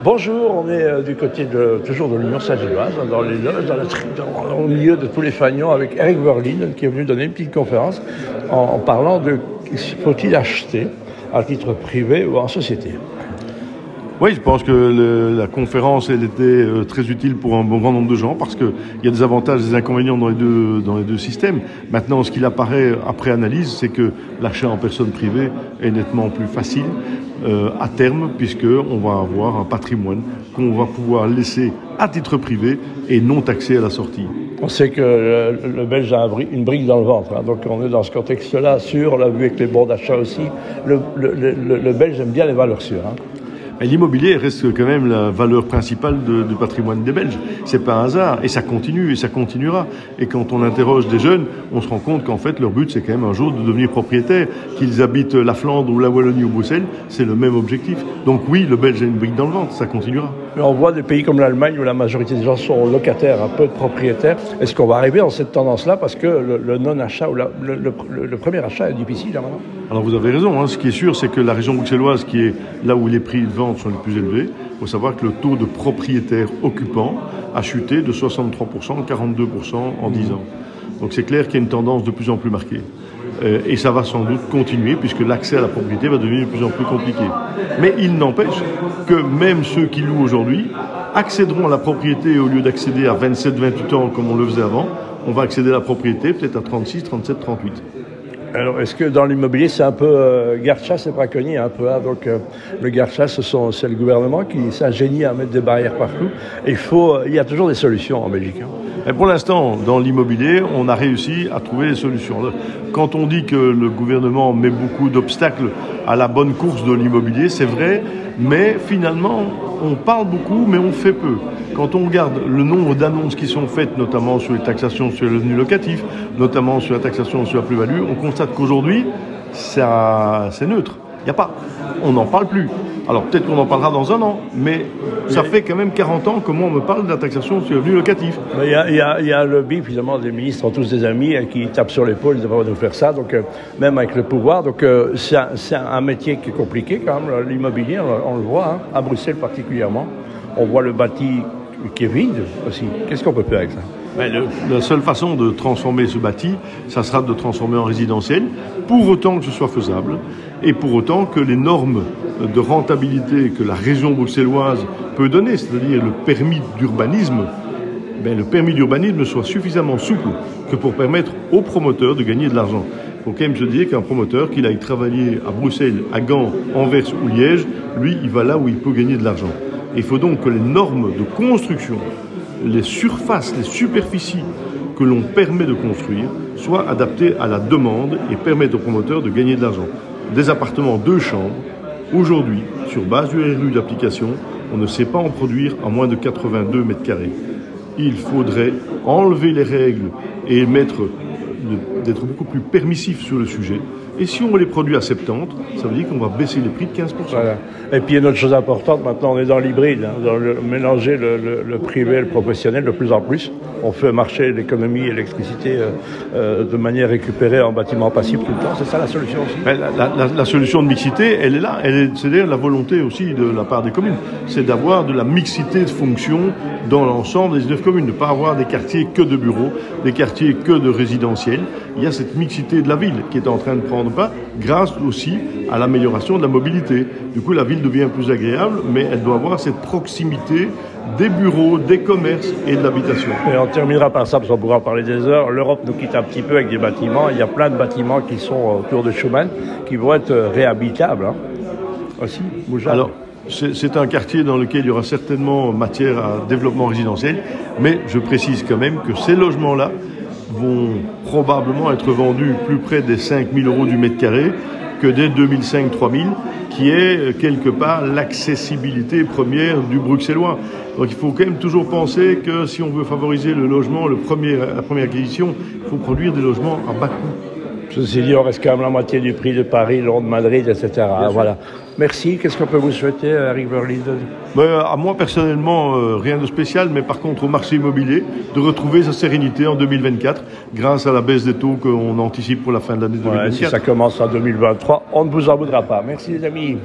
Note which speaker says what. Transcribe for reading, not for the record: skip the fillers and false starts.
Speaker 1: Bonjour, on est du côté toujours de l'Union Saint-Gilloise, dans les loges, au milieu de tous les fanions, avec Eric Verlin qui est venu donner une petite conférence en parlant de faut-il acheter à titre privé ou en société.
Speaker 2: Oui, je pense que la conférence elle était très utile pour un bon grand nombre de gens parce qu'il y a des avantages et des inconvénients dans les deux systèmes. Maintenant, ce qu'il apparaît après analyse, c'est que l'achat en personne privée est nettement plus facile à terme puisqu'on va avoir un patrimoine qu'on va pouvoir laisser à titre privé et non taxé à la sortie.
Speaker 1: On sait que le Belge a une brique dans le ventre, hein, donc on est dans ce contexte-là sûr, on l'a vu avec les bons d'achat aussi. Le Belge aime bien les valeurs sûres. Hein.
Speaker 2: Mais l'immobilier reste quand même la valeur principale du patrimoine des Belges. C'est pas un hasard. Et ça continue et ça continuera. Et quand on interroge des jeunes, on se rend compte qu'en fait, leur but, c'est quand même un jour de devenir propriétaire. Qu'ils habitent la Flandre ou la Wallonie ou Bruxelles, c'est le même objectif. Donc oui, le Belge a une brique dans le ventre. Ça continuera.
Speaker 1: Mais on voit des pays comme l'Allemagne où la majorité des gens sont locataires, un peu de propriétaires. Est-ce qu'on va arriver dans cette tendance-là parce que le non-achat ou le premier achat est difficile là, maintenant?
Speaker 2: Alors vous avez raison. Hein. Ce qui est sûr, c'est que la région bruxelloise, qui est là où les prix de vente sont les plus élevés, il faut savoir que le taux de propriétaires occupants a chuté de 63% à 42% en 10 ans. Donc c'est clair qu'il y a une tendance de plus en plus marquée. Et ça va sans doute continuer puisque l'accès à la propriété va devenir de plus en plus compliqué. Mais il n'empêche que même ceux qui louent aujourd'hui accéderont à la propriété au lieu d'accéder à 27-28 ans comme on le faisait avant. On va accéder à la propriété peut-être à 36, 37, 38.
Speaker 1: Alors, est-ce que dans l'immobilier, c'est un peu garde-chasse et braconnier un peu, hein, donc le garde-chasse, c'est le gouvernement qui s'ingénie à mettre des barrières partout. Et il y a toujours des solutions en Belgique. Hein.
Speaker 2: Et pour l'instant, dans l'immobilier, on a réussi à trouver des solutions. Quand on dit que le gouvernement met beaucoup d'obstacles à la bonne course de l'immobilier, c'est vrai, mais finalement, on parle beaucoup, mais on fait peu. Quand on regarde le nombre d'annonces qui sont faites, notamment sur les taxations sur le revenu locatif, notamment sur la taxation sur la plus-value, on constate qu'aujourd'hui, c'est neutre. On n'en parle plus. Alors peut-être qu'on en parlera dans un an, mais ça fait quand même 40 ans que moi on me parle de la taxation sur le revenu locatif.
Speaker 1: Il y a le lobby, finalement, des ministres ont tous des amis qui tapent sur l'épaule, ils devraient nous faire ça, donc même avec le pouvoir. Donc c'est un métier qui est compliqué quand même, l'immobilier, on le voit, hein, à Bruxelles particulièrement. On voit le bâti qui est vide aussi. Qu'est-ce qu'on peut faire avec ça?
Speaker 2: La seule façon de transformer ce bâti, ça sera de transformer en résidentiel, pour autant que ce soit faisable, et pour autant que les normes de rentabilité que la région bruxelloise peut donner, c'est-à-dire le permis d'urbanisme, le permis d'urbanisme soit suffisamment souple que pour permettre aux promoteurs de gagner de l'argent. Il faut quand même se dire qu'un promoteur, qu'il aille travailler à Bruxelles, à Gand, Anvers ou Liège, lui, il va là où il peut gagner de l'argent. Il faut donc que les normes de construction, les surfaces, les superficies que l'on permet de construire soient adaptées à la demande et permettent aux promoteurs de gagner de l'argent. Des appartements 2 chambres, aujourd'hui, sur base du RU d'application, on ne sait pas en produire à moins de 82 mètres carrés. Il faudrait enlever les règles et d'être beaucoup plus permissif sur le sujet. Et si on les produit à 70, ça veut dire qu'on va baisser les prix de 15%. Voilà.
Speaker 1: Et puis, il y a une autre chose importante, maintenant on est dans l'hybride, hein, dans mélanger le privé et le professionnel de plus en plus. On fait marcher l'économie et l'électricité de manière récupérée en bâtiment passif tout le temps. C'est ça la solution aussi?
Speaker 2: La solution de mixité, elle est là. C'est-à-dire la volonté aussi de la part des communes. C'est d'avoir de la mixité de fonctions dans l'ensemble des 19 communes. De ne pas avoir des quartiers que de bureaux, des quartiers que de résidentiels. Il y a cette mixité de la ville qui est en train de prendre pas, grâce aussi à l'amélioration de la mobilité. Du coup, la ville devient plus agréable, mais elle doit avoir cette proximité des bureaux, des commerces et de l'habitation.
Speaker 1: Et on terminera par ça, parce qu'on pourra en parler des heures. L'Europe nous quitte un petit peu avec des bâtiments. Il y a plein de bâtiments qui sont autour de Schuman, qui vont être réhabitables, hein, aussi.
Speaker 2: Alors, c'est un quartier dans lequel il y aura certainement matière à développement résidentiel, mais je précise quand même que ces logements-là vont probablement être vendus plus près des 5 000 € du mètre carré que des 2005-3 000, qui est quelque part l'accessibilité première du bruxellois. Donc il faut quand même toujours penser que si on veut favoriser le logement, la première acquisition, il faut produire des logements à bas coût.
Speaker 1: Ceci dit, on reste quand même la moitié du prix de Paris, Londres, Madrid, etc. Voilà. Merci. Qu'est-ce qu'on peut vous souhaiter, Eric Verlin?
Speaker 2: À moi, personnellement, rien de spécial, mais par contre, au marché immobilier, de retrouver sa sérénité en 2024, grâce à la baisse des taux qu'on anticipe pour la fin de l'année 2024.
Speaker 1: Si ça commence en 2023, on ne vous en voudra pas. Merci, les amis.